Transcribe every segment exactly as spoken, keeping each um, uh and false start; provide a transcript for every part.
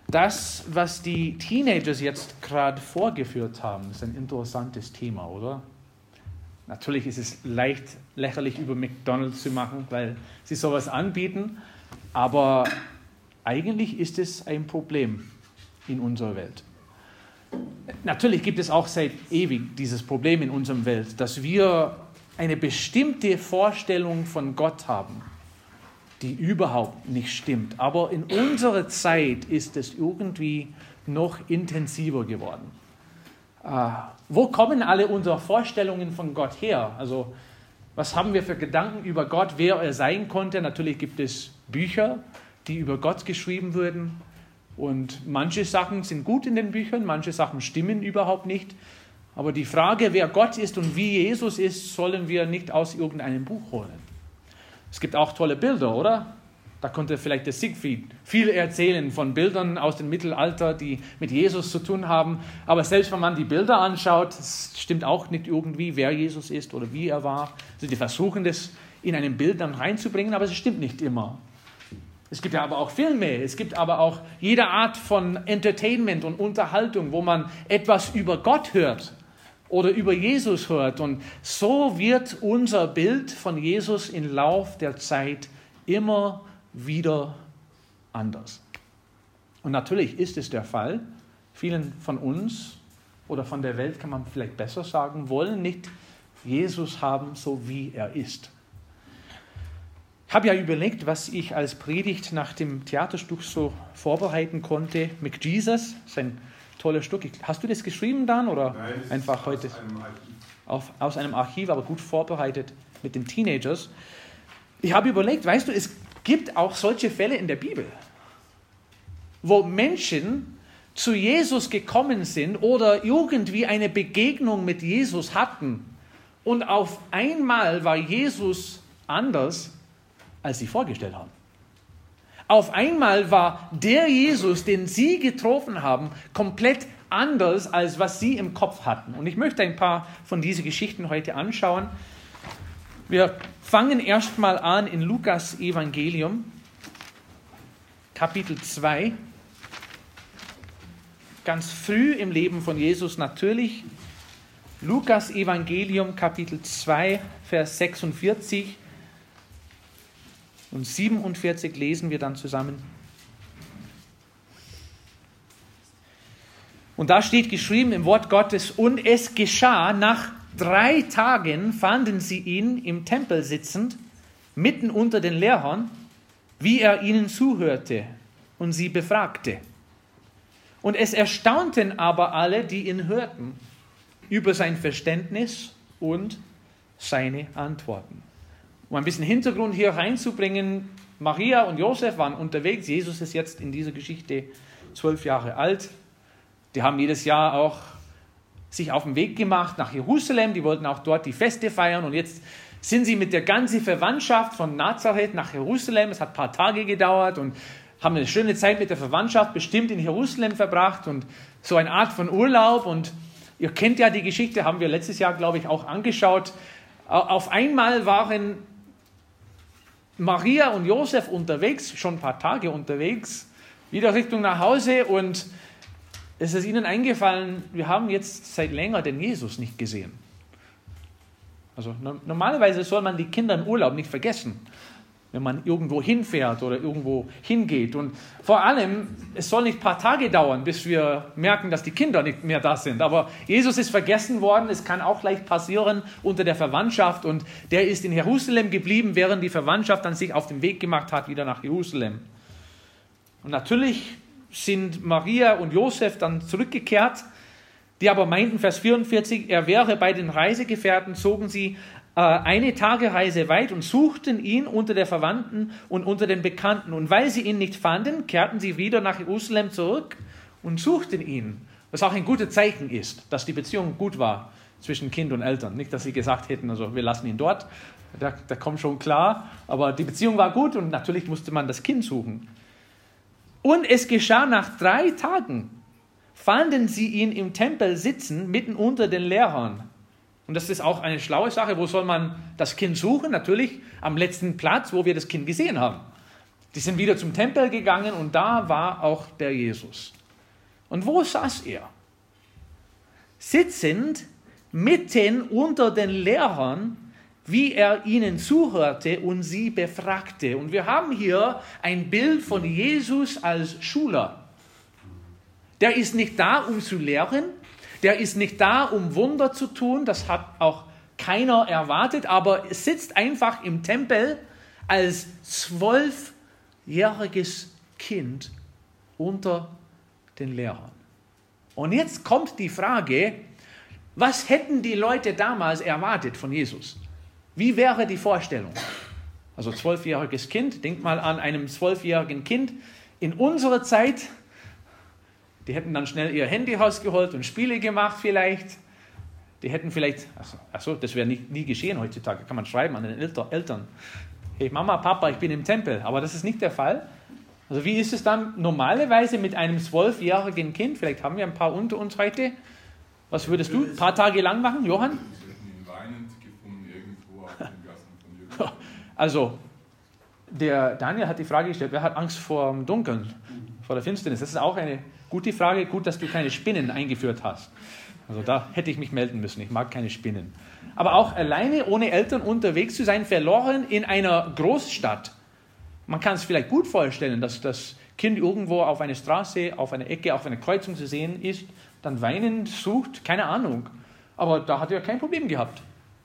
Das, was die Teenagers jetzt gerade vorgeführt haben, ist ein interessantes Thema, oder? Natürlich ist es leicht lächerlich, über McDonald's zu machen, weil sie sowas anbieten, aber eigentlich ist es ein Problem in unserer Welt. Natürlich gibt es auch seit ewig dieses Problem in unserer Welt, dass wir eine bestimmte Vorstellung von Gott haben, die überhaupt nicht stimmt. Aber in unserer Zeit ist es irgendwie noch intensiver geworden. Äh, wo kommen alle unsere Vorstellungen von Gott her? Also, was haben wir für Gedanken über Gott, wer er sein konnte? Natürlich gibt es Bücher, die über Gott geschrieben wurden. Und manche Sachen sind gut in den Büchern, manche Sachen stimmen überhaupt nicht. Aber die Frage, wer Gott ist und wie Jesus ist, sollen wir nicht aus irgendeinem Buch holen. Es gibt auch tolle Bilder, oder? Da konnte vielleicht der Siegfried viel erzählen von Bildern aus dem Mittelalter, die mit Jesus zu tun haben. Aber selbst wenn man die Bilder anschaut, es stimmt auch nicht irgendwie, wer Jesus ist oder wie er war. Also die versuchen das in einem Bild dann reinzubringen, aber es stimmt nicht immer. Es gibt ja aber auch Filme, es gibt aber auch jede Art von Entertainment und Unterhaltung, wo man etwas über Gott hört oder über Jesus hört. Und so wird unser Bild von Jesus im Lauf der Zeit immer wieder anders. Und natürlich ist es der Fall. Vielen von uns oder von der Welt, kann man vielleicht besser sagen, wollen nicht Jesus haben, so wie er ist. Ich habe ja überlegt, was ich als Predigt nach dem Theaterstück so vorbereiten konnte. McJesus, sein tolles Stück. Hast du das geschrieben dann oder Nein, einfach heute? Aus einem Archiv. Auf, aus einem Archiv, aber gut vorbereitet mit den Teenagers. Ich habe überlegt, weißt du, es gibt auch solche Fälle in der Bibel, wo Menschen zu Jesus gekommen sind oder irgendwie eine Begegnung mit Jesus hatten und auf einmal war Jesus anders, als sie vorgestellt haben. Auf einmal war der Jesus, den sie getroffen haben, komplett anders, als was sie im Kopf hatten. Und ich möchte ein paar von diesen Geschichten heute anschauen. Wir fangen erstmal an in Lukas Evangelium, Kapitel zwei. Ganz früh im Leben von Jesus natürlich. Lukas Evangelium, Kapitel zwei, Vers sechsundvierzig. Und siebenundvierzig lesen wir dann zusammen. Und da steht geschrieben im Wort Gottes: Und es geschah, nach drei Tagen fanden sie ihn im Tempel sitzend, mitten unter den Lehrern, wie er ihnen zuhörte und sie befragte. Und es erstaunten aber alle, die ihn hörten, über sein Verständnis und seine Antworten. Um ein bisschen Hintergrund hier reinzubringen, Maria und Josef waren unterwegs. Jesus ist jetzt in dieser Geschichte zwölf Jahre alt. Die haben jedes Jahr auch sich auf den Weg gemacht nach Jerusalem. Die wollten auch dort die Feste feiern. Und jetzt sind sie mit der ganzen Verwandtschaft von Nazareth nach Jerusalem. Es hat ein paar Tage gedauert und haben eine schöne Zeit mit der Verwandtschaft bestimmt in Jerusalem verbracht und so eine Art von Urlaub. Und ihr kennt ja die Geschichte, haben wir letztes Jahr, glaube ich, auch angeschaut. Auf einmal waren Maria und Josef unterwegs, schon ein paar Tage unterwegs, wieder Richtung nach Hause, und es ist ihnen eingefallen, wir haben jetzt seit länger den Jesus nicht gesehen. Also normalerweise soll man die Kinder im Urlaub nicht vergessen, wenn man irgendwo hinfährt oder irgendwo hingeht. Und vor allem, es soll nicht ein paar Tage dauern, bis wir merken, dass die Kinder nicht mehr da sind. Aber Jesus ist vergessen worden. Es kann auch leicht passieren unter der Verwandtschaft. Und der ist in Jerusalem geblieben, während die Verwandtschaft dann sich auf den Weg gemacht hat, wieder nach Jerusalem. Und natürlich sind Maria und Josef dann zurückgekehrt, die aber meinten, Vers vierundvierzig, er wäre bei den Reisegefährten, zogen sie eine Tagereise weit und suchten ihn unter der Verwandten und unter den Bekannten. Und weil sie ihn nicht fanden, kehrten sie wieder nach Jerusalem zurück und suchten ihn. Was auch ein gutes Zeichen ist, dass die Beziehung gut war zwischen Kind und Eltern. Nicht, dass sie gesagt hätten, also wir lassen ihn dort, der, der kommt schon klar. Aber die Beziehung war gut und natürlich musste man das Kind suchen. Und es geschah nach drei Tagen, fanden sie ihn im Tempel sitzen, mitten unter den Lehrern. Und das ist auch eine schlaue Sache. Wo soll man das Kind suchen? Natürlich am letzten Platz, wo wir das Kind gesehen haben. Die sind wieder zum Tempel gegangen und da war auch der Jesus. Und wo saß er? Sitzend mitten unter den Lehrern, wie er ihnen zuhörte und sie befragte. Und wir haben hier ein Bild von Jesus als Schüler. Der ist nicht da, um zu lehren. Der ist nicht da, um Wunder zu tun. Das hat auch keiner erwartet. Aber er sitzt einfach im Tempel als zwölfjähriges Kind unter den Lehrern. Und jetzt kommt die Frage, was hätten die Leute damals erwartet von Jesus? Wie wäre die Vorstellung? Also zwölfjähriges Kind, denkt mal an einem zwölfjährigen Kind in unserer Zeit. Die hätten dann schnell ihr Handy rausgeholt und Spiele gemacht vielleicht. Die hätten vielleicht, achso, achso das wäre nie, nie geschehen heutzutage, kann man schreiben an den Eltern. Hey Mama, Papa, ich bin im Tempel. Aber das ist nicht der Fall. Also wie ist es dann normalerweise mit einem zwölfjährigen Kind? Vielleicht haben wir ein paar unter uns heute. Was würdest du ein paar Tage lang machen, Johann? Also, der Daniel hat die Frage gestellt, wer hat Angst vor dem Dunkeln, vor der Finsternis? Das ist auch eine gute Frage. Gut, dass du keine Spinnen eingeführt hast. Also da hätte ich mich melden müssen. Ich mag keine Spinnen. Aber auch alleine, ohne Eltern unterwegs zu sein, verloren in einer Großstadt. Man kann es vielleicht gut vorstellen, dass das Kind irgendwo auf einer Straße, auf einer Ecke, auf einer Kreuzung zu sehen ist, dann weinend sucht, keine Ahnung. Aber da hat er kein Problem gehabt.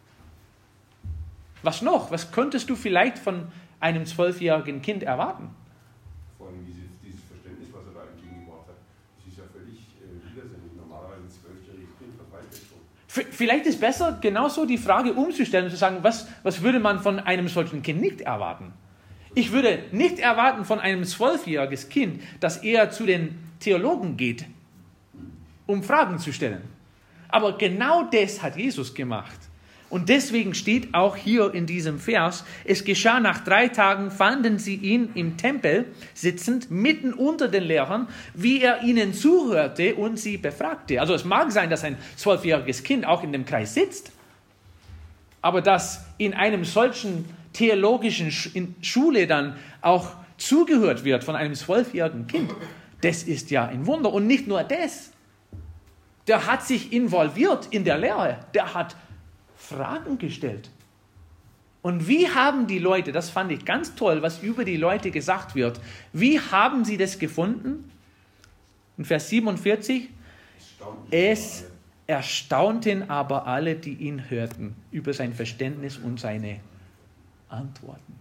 Was noch? Was könntest du vielleicht von einem zwölfjährigen Kind erwarten? Vor allem dieses, dieses Verständnis, was er da entgegengebracht hat, das ist ja völlig äh, widersinnig. Normalerweise ein zwölfjähriges Kind verweilt schon. Vielleicht ist besser, genauso die Frage umzustellen und zu sagen, was, was würde man von einem solchen Kind nicht erwarten? Ich würde nicht erwarten von einem zwölfjährigen Kind, dass er zu den Theologen geht, um Fragen zu stellen. Aber genau das hat Jesus gemacht. Und deswegen steht auch hier in diesem Vers, es geschah nach drei Tagen, fanden sie ihn im Tempel sitzend, mitten unter den Lehrern, wie er ihnen zuhörte und sie befragte. Also es mag sein, dass ein zwölfjähriges Kind auch in dem Kreis sitzt, aber dass in einem solchen theologischen Schule dann auch zugehört wird von einem zwölfjährigen Kind, das ist ja ein Wunder. Und nicht nur das, der hat sich involviert in der Lehre, der hat Fragen gestellt. Und wie haben die Leute, das fand ich ganz toll, was über die Leute gesagt wird, wie haben sie das gefunden? In Vers siebenundvierzig, es erstaunten aber alle, die ihn hörten, über sein Verständnis und seine Antworten.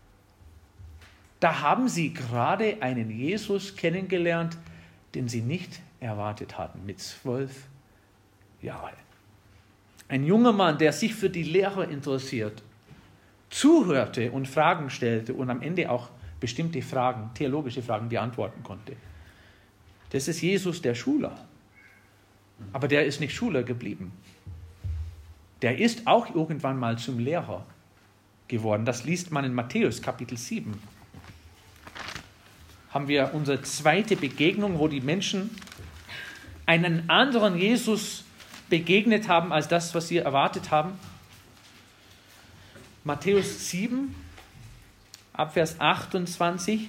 Da haben sie gerade einen Jesus kennengelernt, den sie nicht erwartet hatten, mit zwölf Jahren. Ein junger Mann, der sich für die Lehre interessiert, zuhörte und Fragen stellte und am Ende auch bestimmte Fragen, theologische Fragen beantworten konnte. Das ist Jesus, der Schüler. Aber der ist nicht Schüler geblieben. Der ist auch irgendwann mal zum Lehrer geworden. Das liest man in Matthäus Kapitel sieben. Haben wir unsere zweite Begegnung, wo die Menschen einen anderen Jesus begegnet haben als das, was sie erwartet haben. Matthäus sieben, ab Vers achtundzwanzig.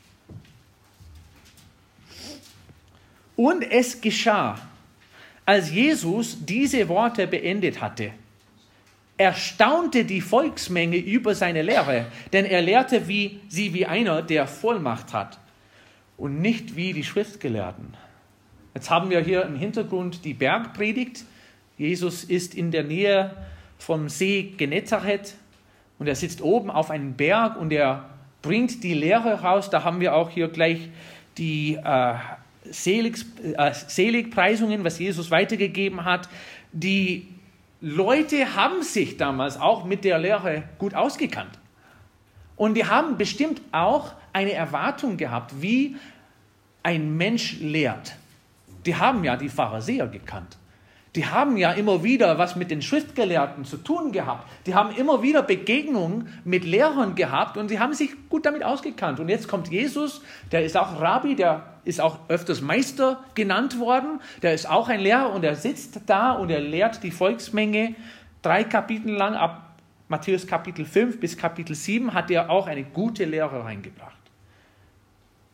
Und es geschah, als Jesus diese Worte beendet hatte, erstaunte die Volksmenge über seine Lehre, denn er lehrte wie, sie wie einer, der Vollmacht hat und nicht wie die Schriftgelehrten. Jetzt haben wir hier im Hintergrund die Bergpredigt. Jesus ist in der Nähe vom See Genezareth und er sitzt oben auf einem Berg und er bringt die Lehre raus. Da haben wir auch hier gleich die äh, Selig, äh, Seligpreisungen, was Jesus weitergegeben hat. Die Leute haben sich damals auch mit der Lehre gut ausgekannt. Und die haben bestimmt auch eine Erwartung gehabt, wie ein Mensch lehrt. Die haben ja die Pharisäer gekannt. Die haben ja immer wieder was mit den Schriftgelehrten zu tun gehabt. Die haben immer wieder Begegnungen mit Lehrern gehabt und sie haben sich gut damit ausgekannt. Und jetzt kommt Jesus, der ist auch Rabbi, der ist auch öfters Meister genannt worden. Der ist auch ein Lehrer und er sitzt da und er lehrt die Volksmenge. Drei Kapitel lang, ab Matthäus Kapitel fünf bis Kapitel sieben, hat er auch eine gute Lehre reingebracht.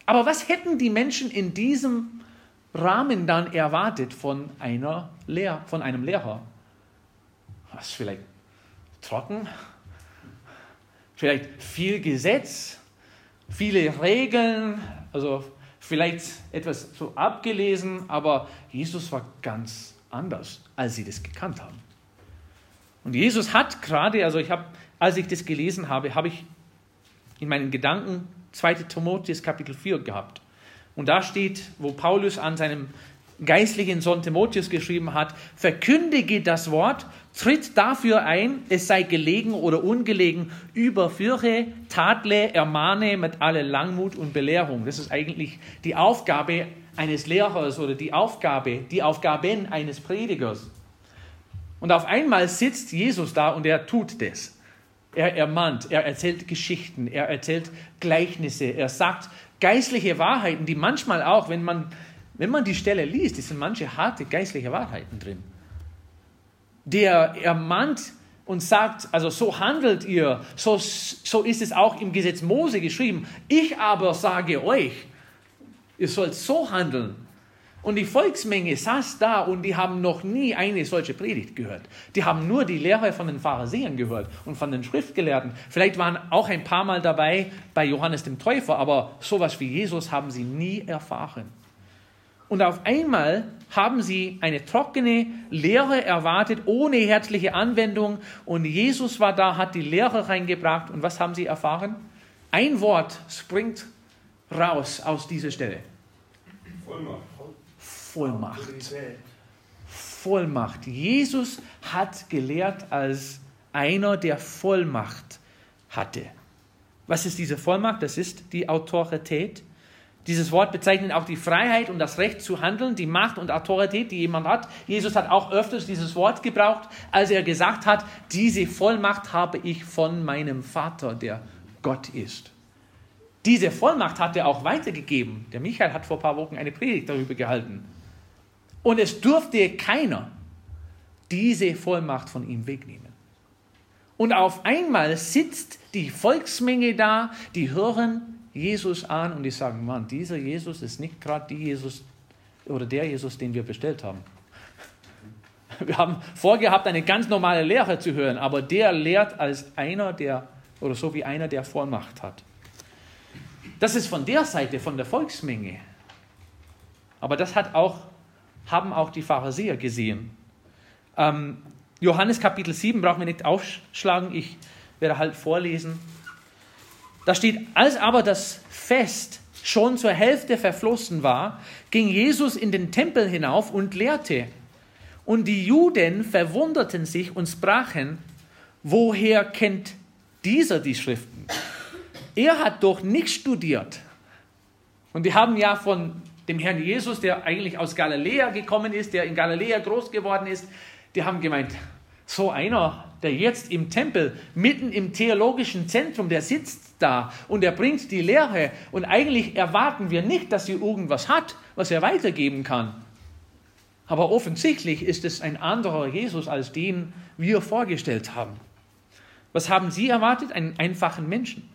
Aber was hätten die Menschen in diesem Rahmen dann erwartet von, einer Lehr- von einem Lehrer? Was, vielleicht trocken? Vielleicht viel Gesetz? Viele Regeln? Also vielleicht etwas so abgelesen, aber Jesus war ganz anders, als sie das gekannt haben. Und Jesus hat gerade, also ich habe, als ich das gelesen habe, habe ich in meinen Gedanken zweiter Timotheus Kapitel vier gehabt. Und da steht, wo Paulus an seinem geistlichen Sohn Timotheus geschrieben hat, verkündige das Wort, tritt dafür ein, es sei gelegen oder ungelegen, überführe, tadle, ermahne mit aller Langmut und Belehrung. Das ist eigentlich die Aufgabe eines Lehrers oder die Aufgabe, die Aufgaben eines Predigers. Und auf einmal sitzt Jesus da und er tut das. Er ermahnt, er erzählt Geschichten, er erzählt Gleichnisse, er sagt geistliche Wahrheiten, die manchmal auch, wenn man, wenn man die Stelle liest, es sind manche harte geistliche Wahrheiten drin. Der ermahnt und sagt, also so handelt ihr, so, so ist es auch im Gesetz Mose geschrieben. Ich aber sage euch, ihr sollt so handeln. Und die Volksmenge saß da und die haben noch nie eine solche Predigt gehört. Die haben nur die Lehre von den Pharisäern gehört und von den Schriftgelehrten. Vielleicht waren auch ein paar Mal dabei bei Johannes dem Täufer, aber sowas wie Jesus haben sie nie erfahren. Und auf einmal haben sie eine trockene Lehre erwartet, ohne herzliche Anwendung. Und Jesus war da, hat die Lehre reingebracht. Und was haben sie erfahren? Ein Wort springt raus aus dieser Stelle. Vollmacht. Vollmacht. Vollmacht. Jesus hat gelehrt als einer, der Vollmacht hatte. Was ist diese Vollmacht? Das ist die Autorität. Dieses Wort bezeichnet auch die Freiheit und das Recht zu handeln, die Macht und Autorität, die jemand hat. Jesus hat auch öfters dieses Wort gebraucht, als er gesagt hat, diese Vollmacht habe ich von meinem Vater, der Gott ist. Diese Vollmacht hat er auch weitergegeben. Der Michael hat vor ein paar Wochen eine Predigt darüber gehalten. Und es durfte keiner diese Vollmacht von ihm wegnehmen. Und auf einmal sitzt die Volksmenge da, die hören Jesus an und die sagen, Mann, dieser Jesus ist nicht gerade die Jesus oder der Jesus, den wir bestellt haben. Wir haben vorgehabt, eine ganz normale Lehre zu hören, aber der lehrt als einer, der, oder so wie einer, der Vollmacht hat. Das ist von der Seite, von der Volksmenge. Aber das hat auch, haben auch die Pharisäer gesehen. Ähm, Johannes Kapitel sieben brauchen wir nicht aufschlagen, ich werde halt vorlesen. Da steht, als aber das Fest schon zur Hälfte verflossen war, ging Jesus in den Tempel hinauf und lehrte. Und die Juden verwunderten sich und sprachen, woher kennt dieser die Schriften? Er hat doch nicht studiert. Und die haben ja von dem Herrn Jesus, der eigentlich aus Galiläa gekommen ist, der in Galiläa groß geworden ist, die haben gemeint, so einer, der jetzt im Tempel, mitten im theologischen Zentrum, der sitzt da und er bringt die Lehre und eigentlich erwarten wir nicht, dass sie irgendwas hat, was er weitergeben kann. Aber offensichtlich ist es ein anderer Jesus, als den wir vorgestellt haben. Was haben sie erwartet? Einen einfachen Menschen.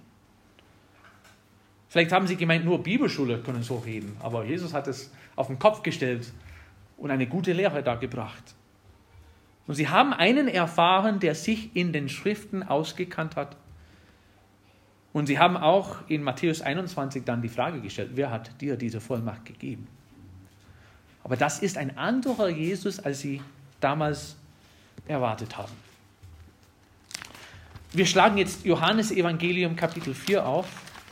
Vielleicht haben sie gemeint, nur Bibelschule können so reden, aber Jesus hat es auf den Kopf gestellt und eine gute Lehre dargebracht. Und sie haben einen erfahren, der sich in den Schriften ausgekannt hat. Und sie haben auch in Matthäus einundzwanzig dann die Frage gestellt, wer hat dir diese Vollmacht gegeben? Aber das ist ein anderer Jesus, als sie damals erwartet haben. Wir schlagen jetzt Johannes Evangelium Kapitel vier auf.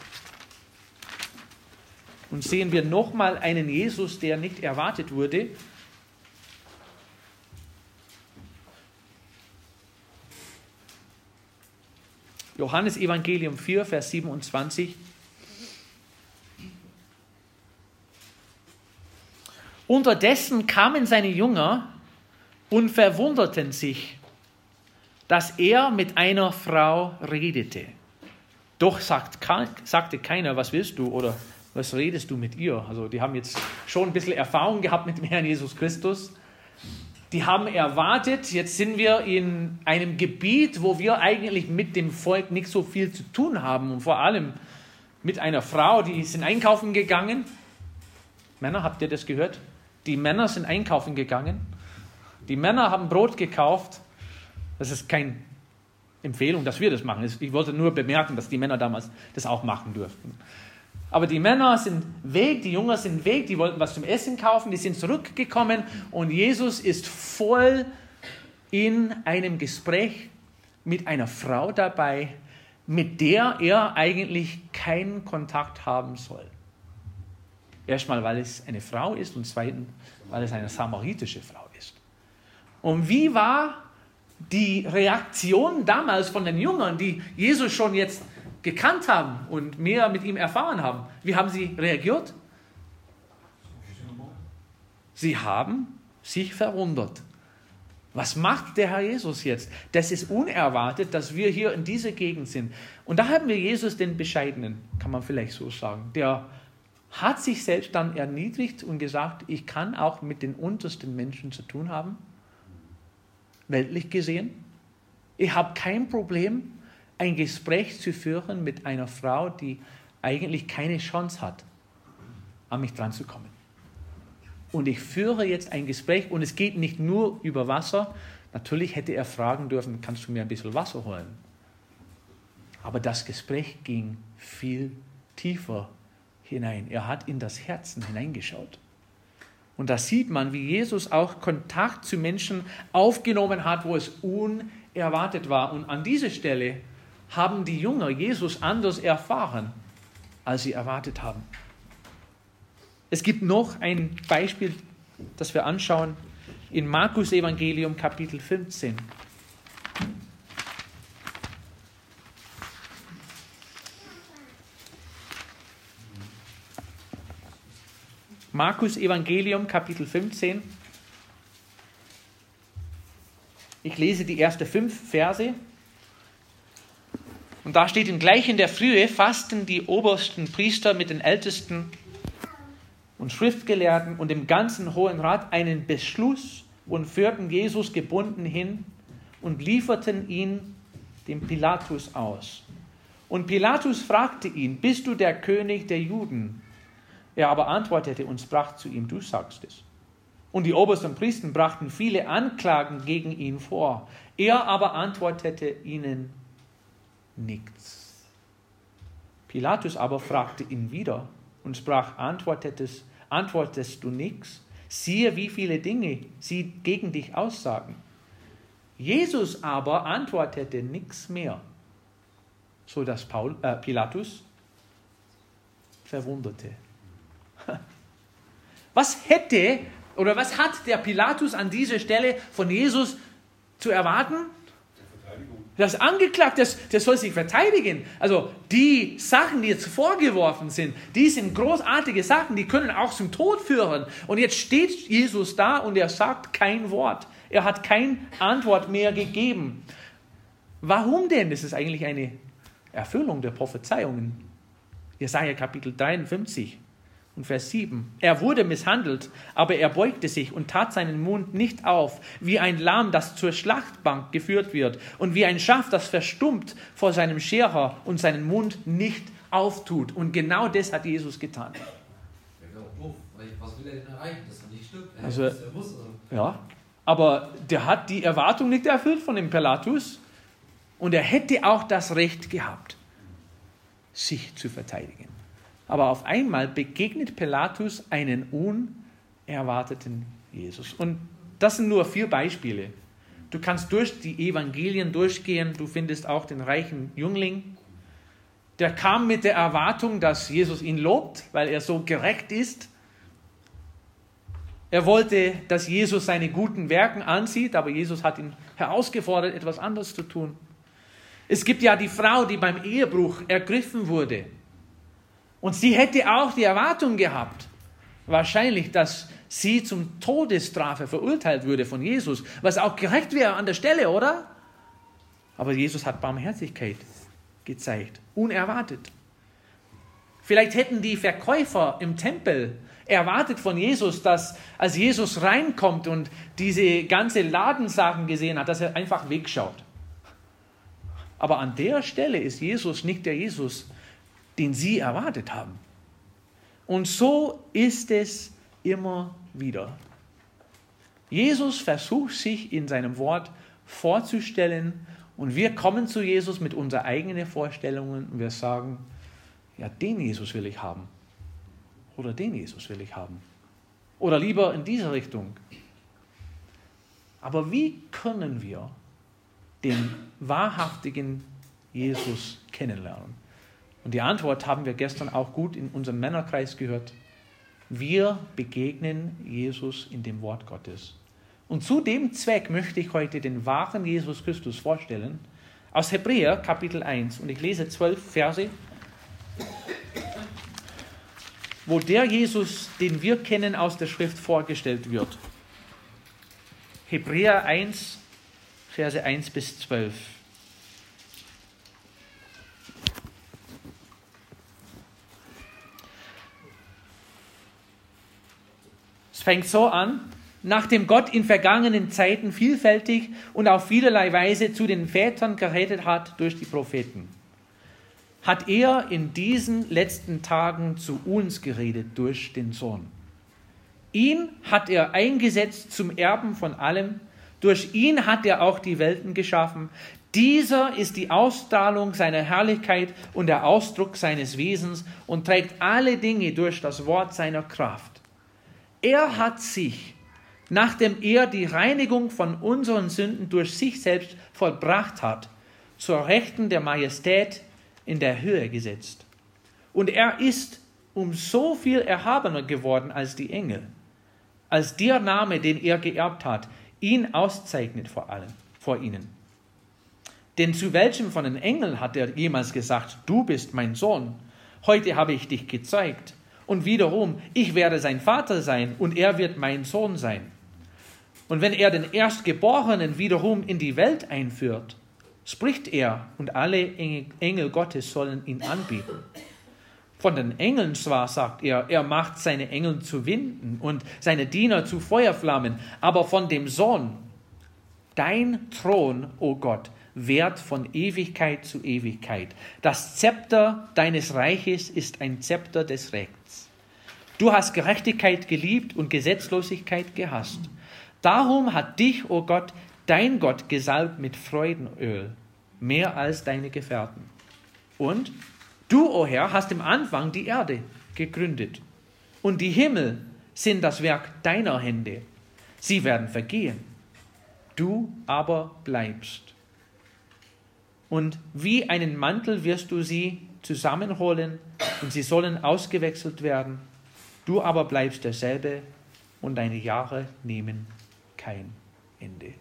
Und sehen wir nochmal einen Jesus, der nicht erwartet wurde. Johannes Evangelium vier, Vers siebenundzwanzig. Unterdessen kamen seine Jünger und verwunderten sich, dass er mit einer Frau redete. Doch sagt, sagte keiner, was willst du oder was redest du mit ihr? Also die haben jetzt schon ein bisschen Erfahrung gehabt mit dem Herrn Jesus Christus. Die haben erwartet, jetzt sind wir in einem Gebiet, wo wir eigentlich mit dem Volk nicht so viel zu tun haben. Und vor allem mit einer Frau, die sind einkaufen gegangen. Männer, habt ihr das gehört? Die Männer sind einkaufen gegangen. Die Männer haben Brot gekauft. Das ist keine Empfehlung, dass wir das machen. Ich wollte nur bemerken, dass die Männer damals das auch machen durften. Aber die Männer sind weg, die Jünger sind weg, die wollten was zum Essen kaufen, die sind zurückgekommen und Jesus ist voll in einem Gespräch mit einer Frau dabei, mit der er eigentlich keinen Kontakt haben soll. Erstmal, weil es eine Frau ist und zweitens, weil es eine samaritische Frau ist. Und wie war die Reaktion damals von den Jüngern, die Jesus schon jetzt gekannt haben und mehr mit ihm erfahren haben? Wie haben sie reagiert? Sie haben sich verwundert. Was macht der Herr Jesus jetzt? Das ist unerwartet, dass wir hier in dieser Gegend sind. Und da haben wir Jesus den Bescheidenen, kann man vielleicht so sagen. Der hat sich selbst dann erniedrigt und gesagt, ich kann auch mit den untersten Menschen zu tun haben, weltlich gesehen. Ich habe kein Problem, ein Gespräch zu führen mit einer Frau, die eigentlich keine Chance hat, an mich dran zu kommen. Und ich führe jetzt ein Gespräch und es geht nicht nur über Wasser. Natürlich hätte er fragen dürfen, kannst du mir ein bisschen Wasser holen? Aber das Gespräch ging viel tiefer hinein. Er hat in das Herzen hineingeschaut. Und da sieht man, wie Jesus auch Kontakt zu Menschen aufgenommen hat, wo es unerwartet war. Und an dieser Stelle haben die Jünger Jesus anders erfahren, als sie erwartet haben. Es gibt noch ein Beispiel, das wir anschauen, in Markus Evangelium Kapitel fünfzehn. Markus Evangelium Kapitel fünfzehn. Ich lese die ersten fünf Verse. Und da steht, gleich in der Frühe fassten die obersten Priester mit den Ältesten und Schriftgelehrten und dem ganzen Hohen Rat einen Beschluss und führten Jesus gebunden hin und lieferten ihn dem Pilatus aus. Und Pilatus fragte ihn, bist du der König der Juden? Er aber antwortete und sprach zu ihm, du sagst es. Und die obersten Priester brachten viele Anklagen gegen ihn vor. Er aber antwortete ihnen nichts. Pilatus aber fragte ihn wieder und sprach, antwortest, antwortest du nichts? Siehe, wie viele Dinge sie gegen dich aussagen. Jesus aber antwortete nichts mehr, so dass Paul, äh, Pilatus verwunderte. Was hätte oder was hat der Pilatus an dieser Stelle von Jesus zu erwarten? Das Angeklagte, das, das soll sich verteidigen. Also die Sachen, die jetzt vorgeworfen sind, die sind großartige Sachen, die können auch zum Tod führen. Und jetzt steht Jesus da und er sagt kein Wort. Er hat keine Antwort mehr gegeben. Warum denn? Das ist eigentlich eine Erfüllung der Prophezeiungen. Jesaja Kapitel dreiundfünfzig und Vers sieben. Er wurde misshandelt, aber er beugte sich und tat seinen Mund nicht auf, wie ein Lamm, das zur Schlachtbank geführt wird und wie ein Schaf, das verstummt vor seinem Scherer und seinen Mund nicht auftut. Und genau das hat Jesus getan. Was will er denn erreichen? Das ist nicht stimmt. Also, ja, aber der hat die Erwartung nicht erfüllt von dem Pilatus und er hätte auch das Recht gehabt, sich zu verteidigen. Aber auf einmal begegnet Pilatus einen unerwarteten Jesus. Und das sind nur vier Beispiele. Du kannst durch die Evangelien durchgehen. Du findest auch den reichen Jüngling. Der kam mit der Erwartung, dass Jesus ihn lobt, weil er so gerecht ist. Er wollte, dass Jesus seine guten Werke ansieht, aber Jesus hat ihn herausgefordert, etwas anderes zu tun. Es gibt ja die Frau, die beim Ehebruch ergriffen wurde. Und sie hätte auch die Erwartung gehabt, wahrscheinlich, dass sie zum Todesstrafe verurteilt würde von Jesus, was auch gerecht wäre an der Stelle, oder? Aber Jesus hat Barmherzigkeit gezeigt, unerwartet. Vielleicht hätten die Verkäufer im Tempel erwartet von Jesus, dass als Jesus reinkommt und diese ganze Ladensachen gesehen hat, dass er einfach wegschaut. Aber an der Stelle ist Jesus nicht der Jesus, den sie erwartet haben. Und so ist es immer wieder. Jesus versucht sich in seinem Wort vorzustellen und wir kommen zu Jesus mit unseren eigenen Vorstellungen und wir sagen, ja, den Jesus will ich haben oder den Jesus will ich haben oder lieber in diese Richtung. Aber wie können wir den wahrhaftigen Jesus kennenlernen? Und die Antwort haben wir gestern auch gut in unserem Männerkreis gehört. Wir begegnen Jesus in dem Wort Gottes. Und zu dem Zweck möchte ich heute den wahren Jesus Christus vorstellen, aus Hebräer Kapitel eins. Und ich lese zwölf Verse, wo der Jesus, den wir kennen, aus der Schrift vorgestellt wird. Hebräer eins, Verse eins bis zwölf. Es fängt so an: Nachdem Gott in vergangenen Zeiten vielfältig und auf vielerlei Weise zu den Vätern geredet hat durch die Propheten, hat er in diesen letzten Tagen zu uns geredet durch den Sohn. Ihn hat er eingesetzt zum Erben von allem. Durch ihn hat er auch die Welten geschaffen. Dieser ist die Ausstrahlung seiner Herrlichkeit und der Ausdruck seines Wesens und trägt alle Dinge durch das Wort seiner Kraft. Er hat sich, nachdem er die Reinigung von unseren Sünden durch sich selbst vollbracht hat, zur Rechten der Majestät in der Höhe gesetzt. Und er ist um so viel erhabener geworden als die Engel, als der Name, den er geerbt hat, ihn auszeichnet vor allem, vor ihnen. Denn zu welchem von den Engeln hat er jemals gesagt, du bist mein Sohn, heute habe ich dich gezeigt. Und wiederum, ich werde sein Vater sein und er wird mein Sohn sein. Und wenn er den Erstgeborenen wiederum in die Welt einführt, spricht er und alle Engel Gottes sollen ihn anbeten. Von den Engeln zwar sagt er, er macht seine Engel zu Winden und seine Diener zu Feuerflammen, aber von dem Sohn, dein Thron, o Gott, währt von Ewigkeit zu Ewigkeit. Das Zepter deines Reiches ist ein Zepter des Rechts. Du hast Gerechtigkeit geliebt und Gesetzlosigkeit gehasst. Darum hat dich, o Gott, dein Gott gesalbt mit Freudenöl, mehr als deine Gefährten. Und du, o Herr, hast im Anfang die Erde gegründet. Und die Himmel sind das Werk deiner Hände. Sie werden vergehen. Du aber bleibst. Und wie einen Mantel wirst du sie zusammenholen und sie sollen ausgewechselt werden. Du aber bleibst derselbe und deine Jahre nehmen kein Ende.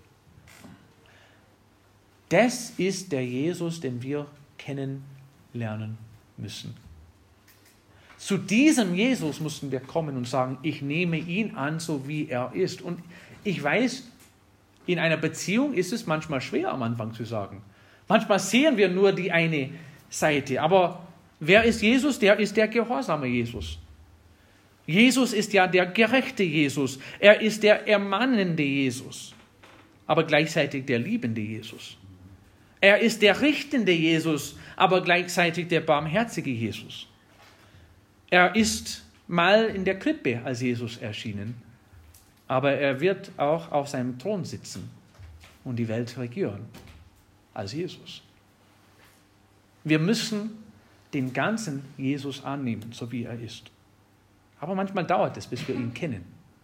Das ist der Jesus, den wir kennenlernen müssen. Zu diesem Jesus mussten wir kommen und sagen, ich nehme ihn an, so wie er ist. Und ich weiß, in einer Beziehung ist es manchmal schwer am Anfang zu sagen. Manchmal sehen wir nur die eine Seite. Aber wer ist Jesus? Der ist der gehorsame Jesus. Jesus ist ja der gerechte Jesus. Er ist der ermahnende Jesus, aber gleichzeitig der liebende Jesus. Er ist der richtende Jesus, aber gleichzeitig der barmherzige Jesus. Er ist mal in der Krippe als Jesus erschienen, aber er wird auch auf seinem Thron sitzen und die Welt regieren als Jesus. Wir müssen den ganzen Jesus annehmen, so wie er ist. Aber manchmal dauert es, bis wir ihn kennen.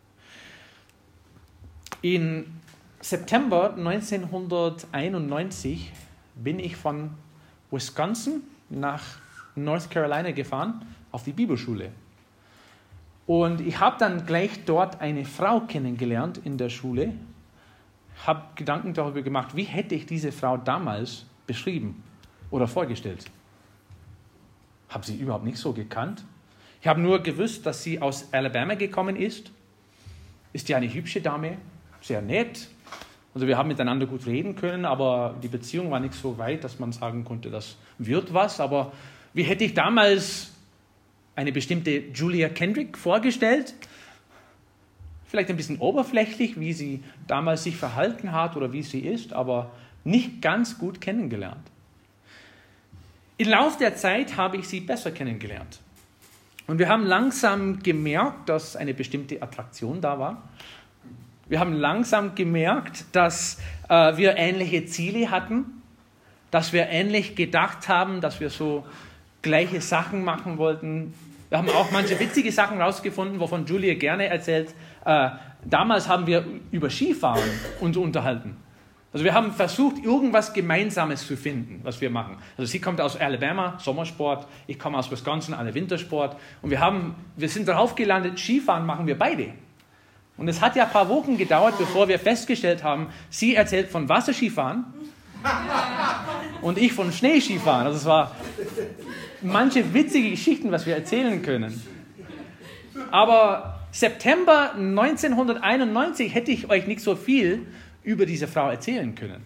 In September neunzehnhunderteinundneunzig bin ich von Wisconsin nach North Carolina gefahren, auf die Bibelschule. Und ich habe dann gleich dort eine Frau kennengelernt in der Schule, habe Gedanken darüber gemacht, wie hätte ich diese Frau damals beschrieben oder vorgestellt. Habe sie überhaupt nicht so gekannt. Ich habe nur gewusst, dass sie aus Alabama gekommen ist. Ist ja eine hübsche Dame, sehr nett. Also wir haben miteinander gut reden können, aber die Beziehung war nicht so weit, dass man sagen konnte, das wird was. Aber wie hätte ich damals eine bestimmte Julia Kendrick vorgestellt? Vielleicht ein bisschen oberflächlich, wie sie damals sich verhalten hat oder wie sie ist, aber nicht ganz gut kennengelernt. Im Laufe der Zeit habe ich sie besser kennengelernt. Und wir haben langsam gemerkt, dass eine bestimmte Attraktion da war. Wir haben langsam gemerkt, dass äh, wir ähnliche Ziele hatten, dass wir ähnlich gedacht haben, dass wir so gleiche Sachen machen wollten. Wir haben auch manche witzige Sachen rausgefunden, wovon Julia gerne erzählt. Äh, damals haben wir über Skifahren uns unterhalten. Also wir haben versucht, irgendwas Gemeinsames zu finden, was wir machen. Also sie kommt aus Alabama, Sommersport, ich komme aus Wisconsin, alle Wintersport. Und wir, haben, wir sind darauf gelandet, Skifahren machen wir beide. Und es hat ja ein paar Wochen gedauert, bevor wir festgestellt haben, sie erzählt von Wasserskifahren und ich von Schneeskifahren. Also es war manche witzige Geschichten, was wir erzählen können. Aber September neunzehnhunderteinundneunzig hätte ich euch nicht so viel über diese Frau erzählen können.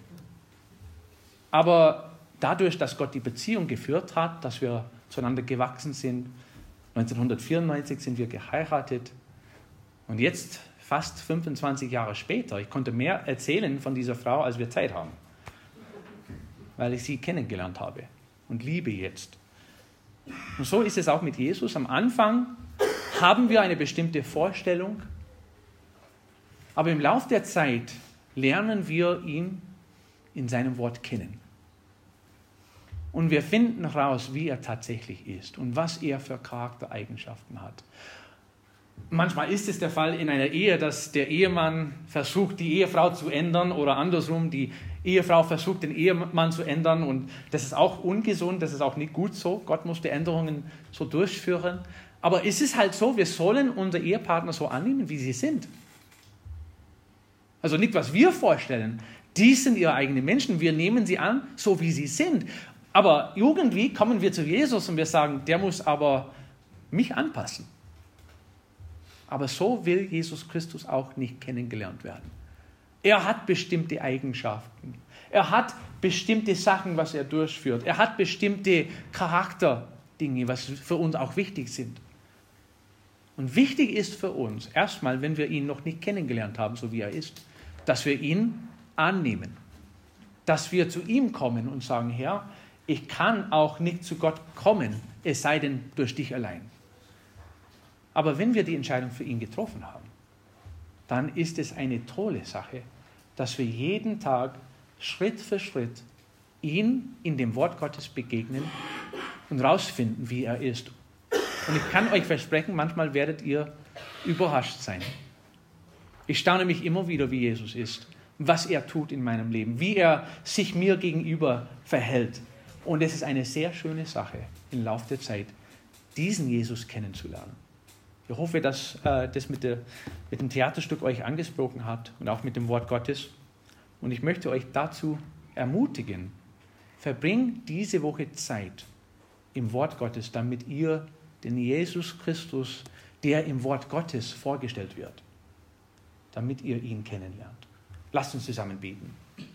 Aber dadurch, dass Gott die Beziehung geführt hat, dass wir zueinander gewachsen sind, neunzehnhundertvierundneunzig sind wir geheiratet und jetzt, fast fünfundzwanzig Jahre später, ich konnte mehr erzählen von dieser Frau, als wir Zeit haben, weil ich sie kennengelernt habe und liebe jetzt. Und so ist es auch mit Jesus. Am Anfang haben wir eine bestimmte Vorstellung, aber im Laufe der Zeit lernen wir ihn in seinem Wort kennen. Und wir finden heraus, wie er tatsächlich ist und was er für Charaktereigenschaften hat. Manchmal ist es der Fall in einer Ehe, dass der Ehemann versucht, die Ehefrau zu ändern oder andersrum, die Ehefrau versucht, den Ehemann zu ändern. Und das ist auch ungesund, das ist auch nicht gut so. Gott muss die Änderungen so durchführen. Aber es ist halt so, wir sollen unsere Ehepartner so annehmen, wie sie sind. Also nicht, was wir vorstellen. Die sind ihre eigenen Menschen. Wir nehmen sie an, so wie sie sind. Aber irgendwie kommen wir zu Jesus und wir sagen, der muss aber mich anpassen. Aber so will Jesus Christus auch nicht kennengelernt werden. Er hat bestimmte Eigenschaften. Er hat bestimmte Sachen, was er durchführt. Er hat bestimmte Charakterdinge, was für uns auch wichtig sind. Und wichtig ist für uns, erstmal, wenn wir ihn noch nicht kennengelernt haben, so wie er ist, dass wir ihn annehmen. Dass wir zu ihm kommen und sagen, Herr, ich kann auch nicht zu Gott kommen, es sei denn durch dich allein. Aber wenn wir die Entscheidung für ihn getroffen haben, dann ist es eine tolle Sache, dass wir jeden Tag Schritt für Schritt ihn in dem Wort Gottes begegnen und rausfinden, wie er ist. Und ich kann euch versprechen, manchmal werdet ihr überrascht sein. Ich staune mich immer wieder, wie Jesus ist, was er tut in meinem Leben, wie er sich mir gegenüber verhält. Und es ist eine sehr schöne Sache, im Laufe der Zeit diesen Jesus kennenzulernen. Ich hoffe, dass äh, das mit, der, mit dem Theaterstück euch angesprochen hat und auch mit dem Wort Gottes. Und ich möchte euch dazu ermutigen, verbringt diese Woche Zeit im Wort Gottes, damit ihr den Jesus Christus, der im Wort Gottes vorgestellt wird, damit ihr ihn kennenlernt. Lasst uns zusammen beten.